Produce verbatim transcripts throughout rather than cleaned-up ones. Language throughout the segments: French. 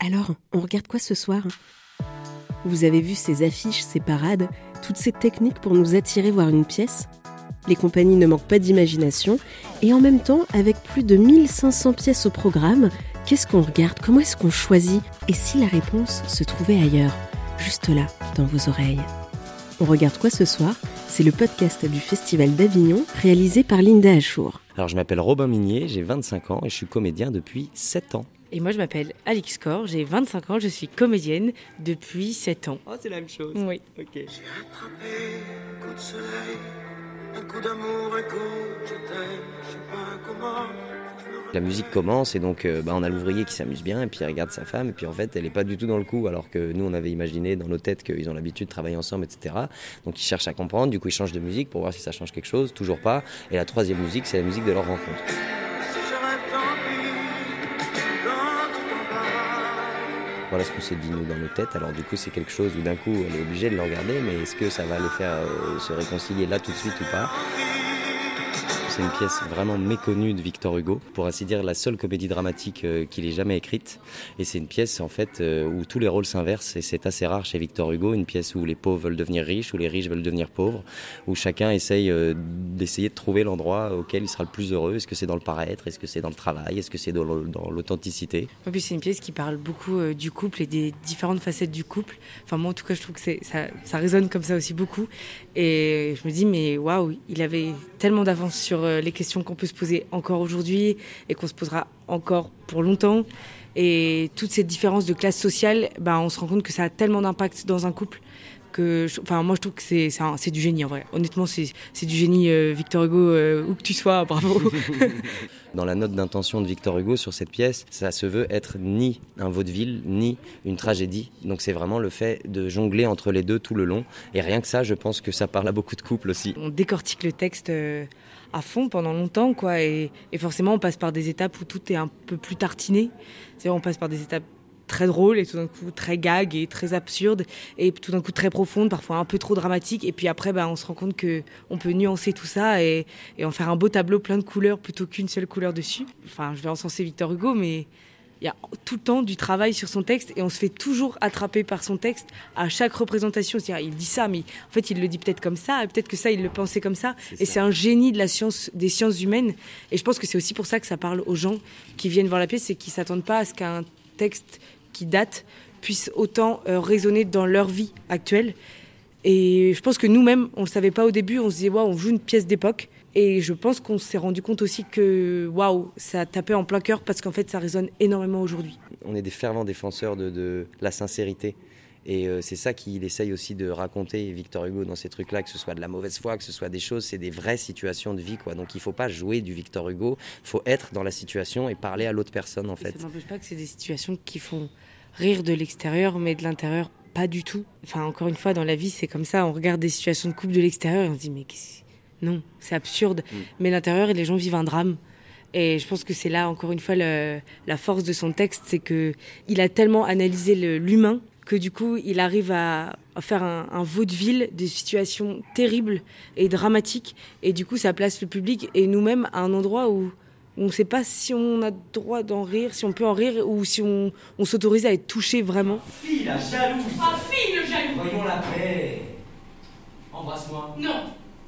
Alors, on regarde quoi ce soir ? Vous avez vu ces affiches, ces parades, toutes ces techniques pour nous attirer voir une pièce ? Les compagnies ne manquent pas d'imagination, et en même temps, avec plus de mille cinq cents pièces au programme, qu'est-ce qu'on regarde ? Comment est-ce qu'on choisit ? Et si la réponse se trouvait ailleurs, juste là, dans vos oreilles ? On regarde quoi ce soir ? C'est le podcast du Festival d'Avignon, réalisé par Linda Achour. Alors je m'appelle Robin Minier, j'ai vingt-cinq ans et je suis comédien depuis sept ans. Et moi je m'appelle Alix Corr, j'ai vingt-cinq ans, je suis comédienne depuis sept ans. Oh, c'est la même chose. Oui. Ok. J'ai attrapé un coup de soleil, un coup d'amour, un coup je t'aime, je sais pas comment. La musique commence et donc euh, bah, on a l'ouvrier qui s'amuse bien et puis il regarde sa femme et puis en fait elle est pas du tout dans le coup alors que nous on avait imaginé dans nos têtes qu'ils ont l'habitude de travailler ensemble, et cetera. Donc ils cherchent à comprendre, du coup ils changent de musique pour voir si ça change quelque chose, toujours pas. Et la troisième musique c'est la musique de leur rencontre. Si je rêve tant pis, dans tout embarras. Voilà ce qu'on s'est dit nous dans nos têtes. Alors du coup c'est quelque chose où d'un coup elle est obligée de le regarder, mais est-ce que ça va les faire euh, se réconcilier là tout de suite ou pas ? C'est une pièce vraiment méconnue de Victor Hugo, pour ainsi dire la seule comédie dramatique euh, qu'il ait jamais écrite. Et c'est une pièce en fait euh, où tous les rôles s'inversent et c'est assez rare chez Victor Hugo, une pièce où les pauvres veulent devenir riches, où les riches veulent devenir pauvres, où chacun essaye euh, d'essayer de trouver l'endroit auquel il sera le plus heureux. Est-ce que c'est dans le paraître ? Est-ce que c'est dans le travail ? Est-ce que c'est dans l'authenticité ? En plus c'est une pièce qui parle beaucoup euh, du couple et des différentes facettes du couple. Enfin moi en tout cas je trouve que c'est, ça, ça résonne comme ça aussi beaucoup. Et je me dis mais waouh, il avait tellement d'avance sur les questions qu'on peut se poser encore aujourd'hui et qu'on se posera encore pour longtemps. Et toutes ces différences de classe sociale, ben, on se rend compte que ça a tellement d'impact dans un couple que, enfin, moi je trouve que c'est, c'est, un, c'est du génie en vrai. Honnêtement, c'est, c'est du génie, euh, Victor Hugo, euh, où que tu sois, bravo. Dans la note d'intention de Victor Hugo sur cette pièce, ça se veut être ni un vaudeville, ni une tragédie. Donc c'est vraiment le fait de jongler entre les deux tout le long. Et rien que ça, je pense que ça parle à beaucoup de couples aussi. On décortique le texte euh, à fond pendant longtemps, quoi. Et, et forcément, on passe par des étapes où tout est un peu plus tartiné. C'est-à-dire, on passe par des étapes très drôles et tout d'un coup très gag et très absurde et tout d'un coup très profonde, parfois un peu trop dramatique. Et puis après, bah, on se rend compte qu'on peut nuancer tout ça et, et en faire un beau tableau plein de couleurs plutôt qu'une seule couleur dessus. Enfin, je vais encenser Victor Hugo, mais il y a tout le temps du travail sur son texte et on se fait toujours attraper par son texte à chaque représentation. C'est-à-dire, il dit ça, mais en fait, il le dit peut-être comme ça, et peut-être que ça, il le pensait comme ça. C'est et ça. C'est un génie de la science, des sciences humaines. Et je pense que c'est aussi pour ça que ça parle aux gens qui viennent voir la pièce, c'est qu'ils ne s'attendent pas à ce qu'un texte qui date puisse autant euh, résonner dans leur vie actuelle. Et je pense que nous-mêmes, on ne le savait pas au début, on se disait waouh, on joue une pièce d'époque. Et je pense qu'on s'est rendu compte aussi que waouh, ça tapait en plein cœur parce qu'en fait, ça résonne énormément aujourd'hui. On est des fervents défenseurs de, de la sincérité. Et euh, c'est ça qu'il essaye aussi de raconter, Victor Hugo, dans ces trucs-là, que ce soit de la mauvaise foi, que ce soit des choses, c'est des vraies situations de vie, quoi. Donc il ne faut pas jouer du Victor Hugo, il faut être dans la situation et parler à l'autre personne, en fait. Ça n'empêche pas que c'est des situations qui font rire de l'extérieur, mais de l'intérieur, pas du tout. Enfin, encore une fois, dans la vie, c'est comme ça, on regarde des situations de couple de l'extérieur et on se dit, mais qu'est-ce... non, c'est absurde. Mm. Mais l'intérieur, les gens vivent un drame. Et je pense que c'est là, encore une fois, le, la force de son texte, c'est qu'il a tellement analysé le, l'humain que du coup, il arrive à, à faire un, un vaudeville des situations terribles et dramatiques. Et du coup, ça place le public et nous-mêmes à un endroit où on ne sait pas si on a droit d'en rire, si on peut en rire ou si on, on s'autorise à être touché vraiment. Fille la jalouse. Ah, fille le jaloux. Voyons la paix. Embrasse-moi. Non.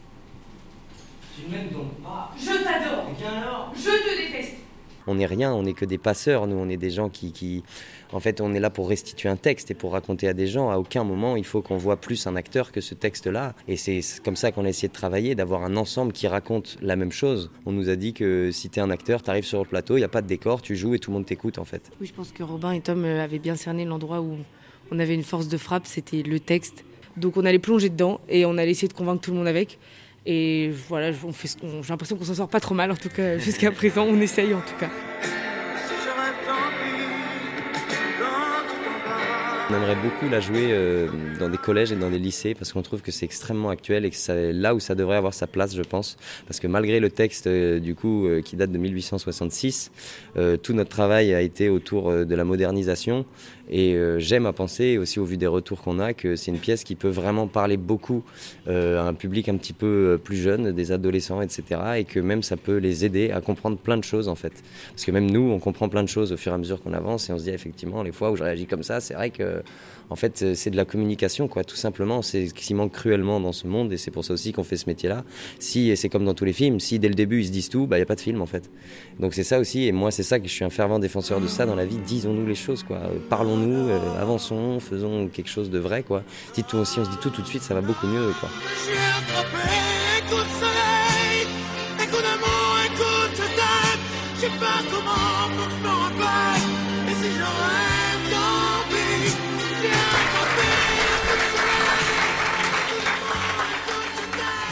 Tu ne m'aimes donc pas. Je t'adore. Et bien alors ? Je te déteste. On n'est rien, on n'est que des passeurs, nous, on est des gens qui, qui... En fait, on est là pour restituer un texte et pour raconter à des gens. À aucun moment, il faut qu'on voit plus un acteur que ce texte-là. Et c'est comme ça qu'on a essayé de travailler, d'avoir un ensemble qui raconte la même chose. On nous a dit que si t'es un acteur, t'arrives sur le plateau, il n'y a pas de décor, tu joues et tout le monde t'écoute, en fait. Oui, je pense que Robin et Tom avaient bien cerné l'endroit où on avait une force de frappe, c'était le texte. Donc on allait plonger dedans et on allait essayer de convaincre tout le monde avec. Et voilà, on fait ce qu'on... j'ai l'impression qu'on s'en sort pas trop mal, en tout cas, jusqu'à présent, on essaye en tout cas. Si je rêve tant pis, dans tout embarras. On aimerait beaucoup la jouer euh, dans des collèges et dans des lycées parce qu'on trouve que c'est extrêmement actuel et que c'est là où ça devrait avoir sa place, je pense. Parce que malgré le texte euh, du coup euh, qui date de mille huit cent soixante-six, euh, tout notre travail a été autour euh, de la modernisation. Et euh, j'aime à penser, aussi au vu des retours qu'on a, que c'est une pièce qui peut vraiment parler beaucoup euh, à un public un petit peu plus jeune, des adolescents, et cetera. Et que même ça peut les aider à comprendre plein de choses en fait. Parce que même nous, on comprend plein de choses au fur et à mesure qu'on avance et on se dit effectivement, les fois où je réagis comme ça, c'est vrai que en fait, c'est de la communication, quoi, tout simplement. C'est ce qui manque cruellement dans ce monde et c'est pour ça aussi qu'on fait ce métier-là. Si, et c'est comme dans tous les films, si dès le début ils se disent tout, bah, y a pas de film en fait. Donc c'est ça aussi, et moi c'est ça que je suis un fervent défenseur de ça dans la vie. Disons-nous les choses, quoi. Parlons-nous, euh, avançons, faisons quelque chose de vrai, quoi. Si, tout, si on se dit tout tout de suite, ça va beaucoup mieux, quoi.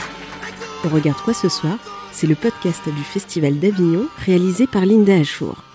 On regarde quoi ce soir ? C'est le podcast du Festival d'Avignon réalisé par Linda Achour.